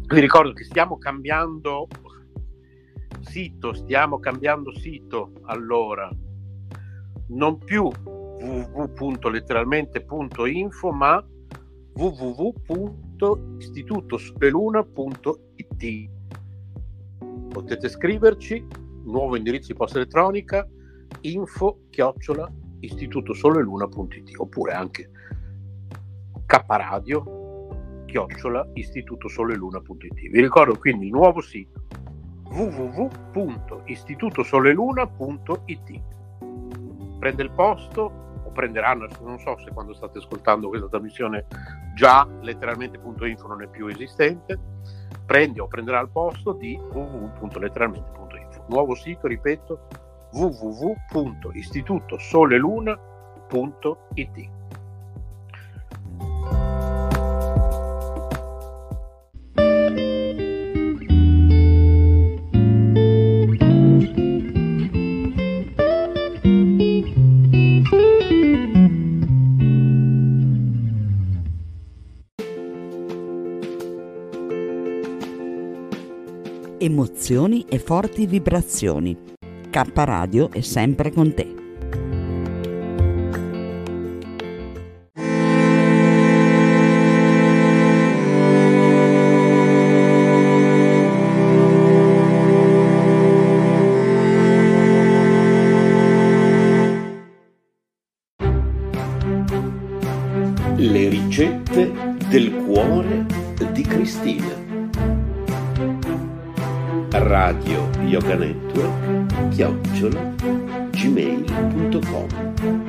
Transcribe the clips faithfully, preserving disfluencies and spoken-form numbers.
Vi ricordo che stiamo cambiando sito, stiamo cambiando sito, allora non più w w w punto letteralmente punto info ma w w w punto istituto sole luna punto i t. Potete scriverci, nuovo indirizzo di posta elettronica info chiocciola istituto sole luna punto i t, oppure anche kradio chiocciola istituto sole luna punto i t. Vi ricordo quindi il nuovo sito w w w punto istituto sole luna punto i t. Prende il posto, o prenderanno, non so se quando state ascoltando questa trasmissione già letteralmente punto info non è più esistente, prende o prenderà il posto di w w w punto letteralmente punto info. Nuovo sito, ripeto, w w w punto istituto sole luna punto i t. Emozioni e forti vibrazioni. K Radio è sempre con te. Le ricette del cuore di Cristina. Radio Yoga Network chiocciola gmail punto com.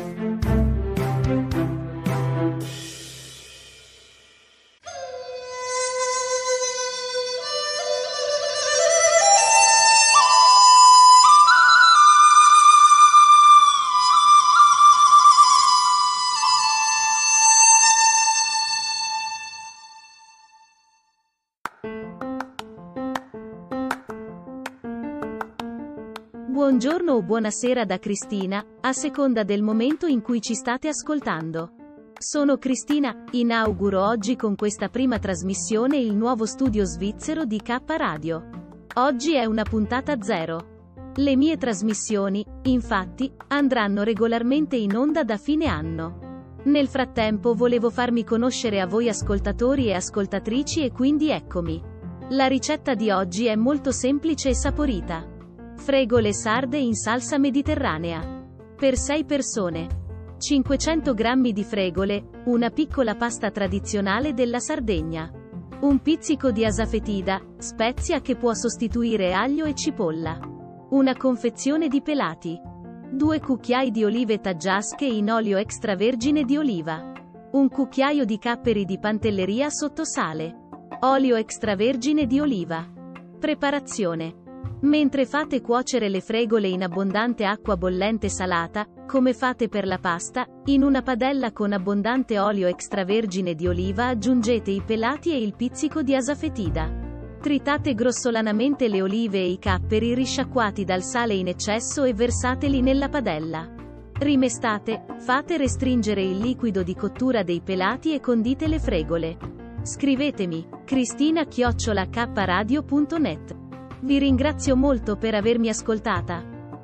Buongiorno o buonasera da Cristina, a seconda del momento in cui ci state ascoltando. Sono Cristina, inauguro oggi con questa prima trasmissione il nuovo studio svizzero di K Radio. Oggi è una puntata zero. Le mie trasmissioni, infatti, andranno regolarmente in onda da fine anno. Nel frattempo volevo farmi conoscere a voi ascoltatori e ascoltatrici e quindi eccomi. La ricetta di oggi è molto semplice e saporita. Fregole sarde in salsa mediterranea. Per sei persone. cinquecento grammi di fregole, una piccola pasta tradizionale della Sardegna. Un pizzico di asafetida, spezia che può sostituire aglio e cipolla. Una confezione di pelati. Due cucchiai di olive taggiasche in olio extravergine di oliva. Un cucchiaio di capperi di pantelleria sotto sale. Olio extravergine di oliva. Preparazione. Mentre fate cuocere le fregole in abbondante acqua bollente salata, come fate per la pasta, in una padella con abbondante olio extravergine di oliva aggiungete i pelati e il pizzico di asafetida. Tritate grossolanamente le olive e i capperi risciacquati dal sale in eccesso e versateli nella padella. Rimestate, fate restringere il liquido di cottura dei pelati e condite le fregole. Scrivetemi, cristina chiocciola k radio punto net. Vi ringrazio molto per avermi ascoltata.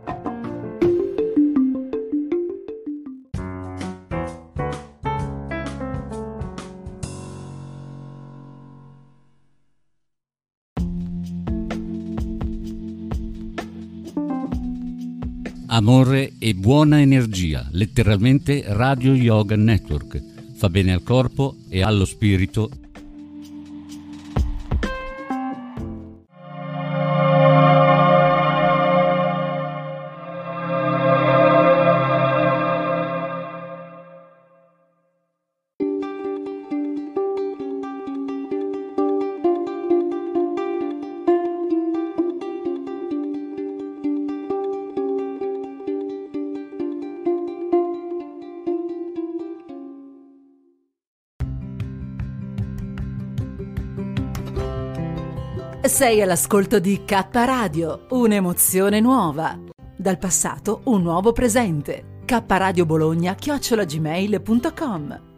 Amore e buona energia, letteralmente Radio Yoga Network. Fa bene al corpo e allo spirito. Sei all'ascolto di K Radio, un'emozione nuova. Dal passato un nuovo presente. K Radio Bologna chiocciola gmail punto com.